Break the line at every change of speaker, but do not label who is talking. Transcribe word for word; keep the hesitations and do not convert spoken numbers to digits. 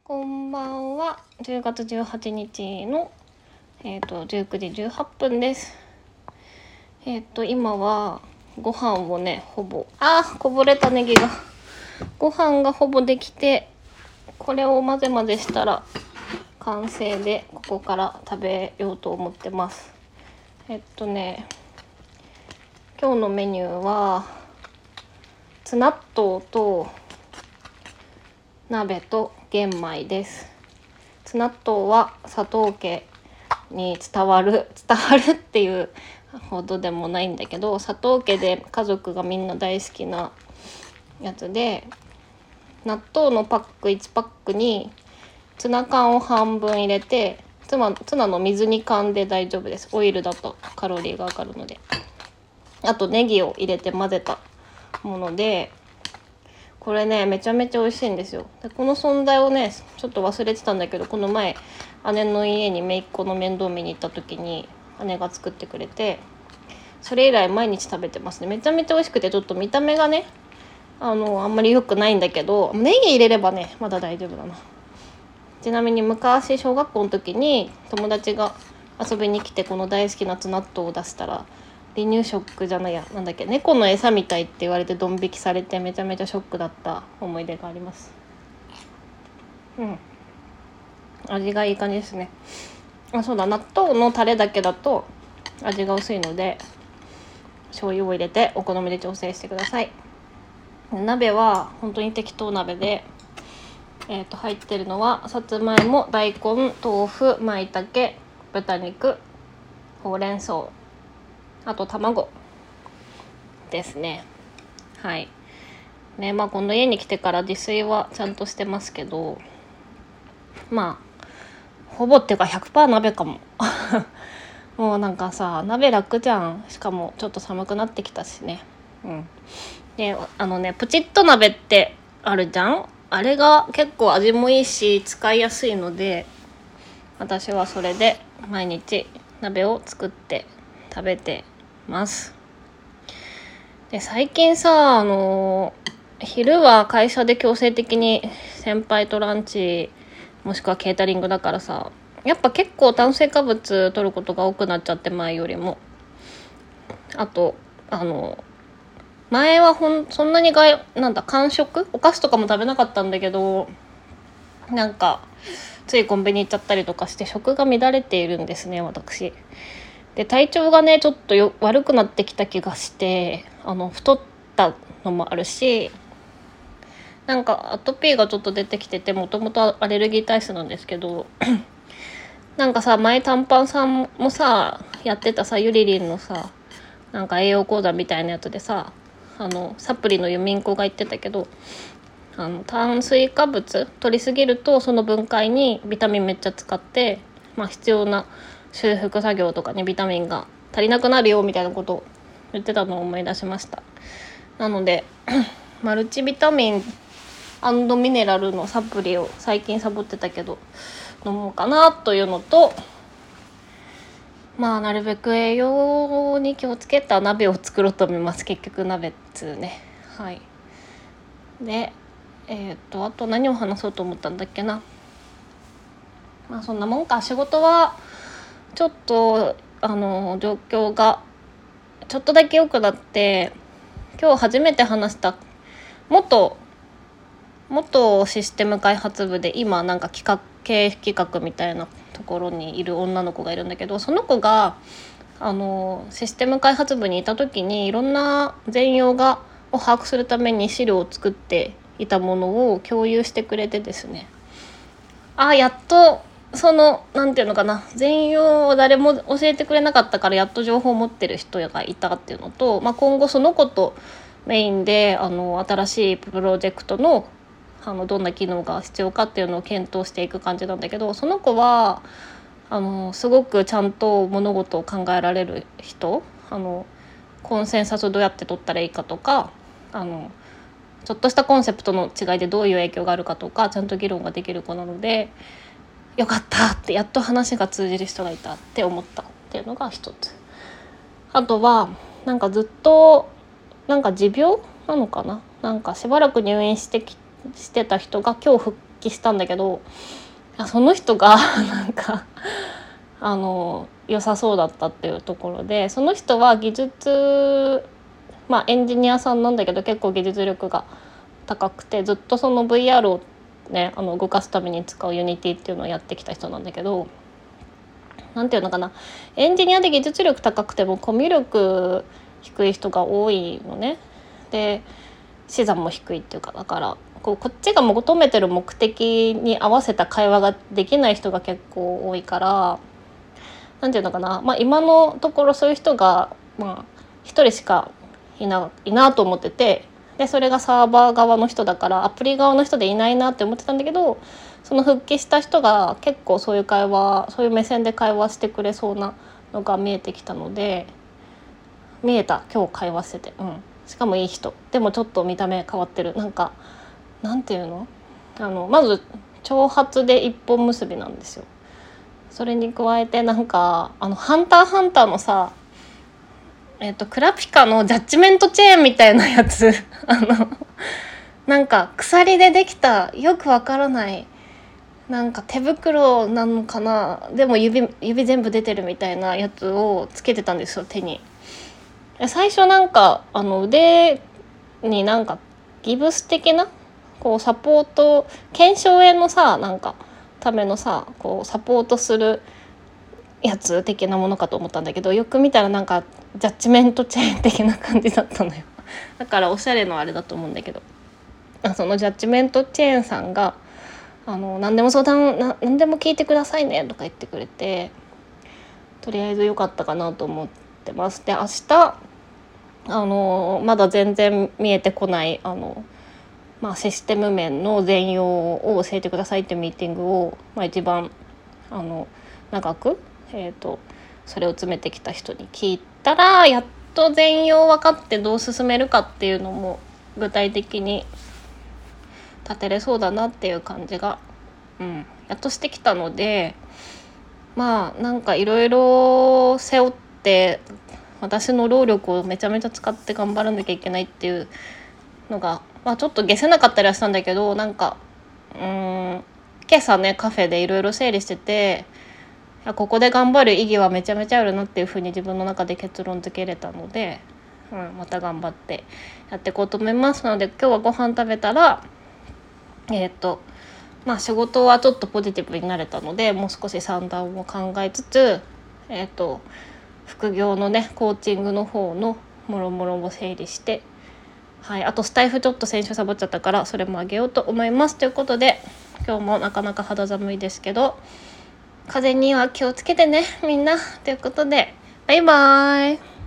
こんばんは。じゅうがつじゅうはちにちの、えー、とじゅうくじじゅうはっぷんです。えっ、と今はご飯をねほぼあーこぼれたネギがご飯がほぼできて、これを混ぜ混ぜしたら完成で、ここから食べようと思ってます。えっとね今日のメニューはツナットウと鍋と玄米です。ツナットウは佐藤家に伝わる伝わるっていうほどでもないんだけど、佐藤家で家族がみんな大好きなやつで、納豆のパックいちパックにツナ缶を半分入れて、ツナ、ツナの水煮缶で大丈夫です。オイルだとカロリーが上がるので。あとネギを入れて混ぜたもので、これねめちゃめちゃ美味しいんですよ。でこの存在をねちょっと忘れてたんだけど、この前姉の家に姪っ子の面倒見に行った時に姉が作ってくれて、それ以来毎日食べてますね。めちゃめちゃ美味しくて、ちょっと見た目がねあのあんまり良くないんだけど、ネギ入れればねまだ大丈夫だな。ちなみに昔小学校の時に友達が遊びに来てこの大好きなツナットを出したら、離乳食じゃないやなんだっけ猫の餌みたいって言われてドン引きされて、めちゃめちゃショックだった思い出があります。うん味がいい感じですね。あそうだ、納豆のタレだけだと味が薄いので醤油を入れてお好みで調整してください。鍋は本当に適当鍋で、えー、と入ってるのはさつまいも、大根、豆腐、舞茸、豚肉、ほうれん草、あと卵ですね。はいね。まあこの家に来てから自炊はちゃんとしてますけど、まあほぼっていうか ひゃくパーセント 鍋かももうなんかさ鍋楽じゃん。しかもちょっと寒くなってきたしね。うんであのねプチッと鍋ってあるじゃん。あれが結構味もいいし使いやすいので、私はそれで毎日鍋を作って食べてます。で最近さあの昼は会社で強制的に先輩とランチもしくはケータリングだからさ、やっぱ結構炭水化物取ることが多くなっちゃって、前よりも。あとあの前はほんそんなにがなんだ間食お菓子とかも食べなかったんだけど、なんかついコンビニ行っちゃったりとかして食が乱れているんですね、私。で体調がねちょっとよ悪くなってきた気がして、あの太ったのもあるし、なんかアトピーがちょっと出てきてて、もともとアレルギー体質なんですけどなんかさ前短パンさんもさやってたさゆりりんのさなんか栄養講座みたいなやつでさ、あのサプリのユミンコが言ってたけど、あの炭水化物取りすぎるとその分解にビタミンめっちゃ使って、まあ、必要な修復作業とかにビタミンが足りなくなるよみたいなことを言ってたのを思い出しました。なのでマルチビタミン&ミネラルのサプリを最近サボってたけど飲もうかなというのと、まあなるべく栄養に気をつけた鍋を作ろうと思います。結局鍋っつうね。はいでえっ、とあと何を話そうと思ったんだっけな。まあそんなもんか。仕事はちょっとあの状況がちょっとだけ良くなって、今日初めて話した元元システム開発部で今なんか企画経営企画みたいなところにいる女の子がいるんだけど、その子があのシステム開発部にいた時にいろんな全容がを把握するために資料を作っていたものを共有してくれてですね、あやっとそのなんていうのかな、全容を誰も教えてくれなかったからやっと情報を持ってる人がいたっていうのと、まあ、今後その子とメインであの新しいプロジェクトのあのどんな機能が必要かっていうのを検討していく感じなんだけど、その子はあのすごくちゃんと物事を考えられる人、あのコンセンサスをどうやって取ったらいいかとか、あのちょっとしたコンセプトの違いでどういう影響があるかとかちゃんと議論ができる子なので、よかったって、やっと話が通じる人がいたって思ったっていうのが一つ。あとはなんかずっとなんか持病なのかな、なんかしばらく入院してきしてた人が今日復帰したんだけど、その人がなんかあの良さそうだったっていうところで、その人は技術まあエンジニアさんなんだけど結構技術力が高くて、ずっとその ブイアール をねあの動かすために使う Unity っていうのをやってきた人なんだけど、なんていうのかな、エンジニアで技術力高くてもコミュ力低い人が多いのね。で資産も低いっていうか、だからこうこっちが求めてる目的に合わせた会話ができない人が結構多いから、なんていうのかな、まあ、今のところそういう人がまあ一人しかいないなと思ってて、でそれがサーバー側の人だからアプリ側の人でいないなって思ってたんだけど、その復帰した人が結構そういう会話そういう目線で会話してくれそうなのが見えてきたので、見えた今日会話してて、うん、しかもいい人でもちょっと見た目変わってる、なんかなんていうの、あのまず長髪で一本結びなんですよ。それに加えてなんかあのハンターハンターのさ、えっとクラピカのジャッジメントチェーンみたいなやつあのなんか鎖でできたよくわからないなんか手袋なのかな、でも 指, 指全部出てるみたいなやつをつけてたんですよ手に。最初なんかあの腕になんかギブス的なこうサポート腱鞘炎のさなんかためのさこうサポートするやつ的なものかと思ったんだけど、よく見たらなんかジャッジメントチェーン的な感じだったのよ。だからおしゃれのあれだと思うんだけど、そのジャッジメントチェーンさんがあの何でも相談な何でも聞いてくださいねとか言ってくれて、とりあえず良かったかなと思ってます。で明日あのまだ全然見えてこないあの、まあ、システム面の全容を教えてくださいっていうミーティングを、まあ、一番あの長く、えーと、それを詰めてきた人に聞いたらやっと全容分かってどう進めるかっていうのも具体的に立てれそうだなっていう感じが、うん、やっとしてきたので、まあなんかいろいろ背負って私の労力をめちゃめちゃ使って頑張らなきゃいけないっていうのが、まあ、ちょっと消せなかったりはしたんだけど、なんかうーん今朝ねカフェでいろいろ整理してて、ここで頑張る意義はめちゃめちゃあるなっていうふうに自分の中で結論付けれたので、うん、また頑張ってやっていこうと思いますので、今日はご飯食べたらえっとまあ仕事はちょっとポジティブになれたので、もう少し算段を考えつつ、えっと副業のねコーチングの方のもろもろを整理して、はい、あとスタイフちょっと先週サボっちゃったからそれもあげようと思います。ということで今日もなかなか肌寒いですけど風には気をつけてねみんなということで、バイバーイ。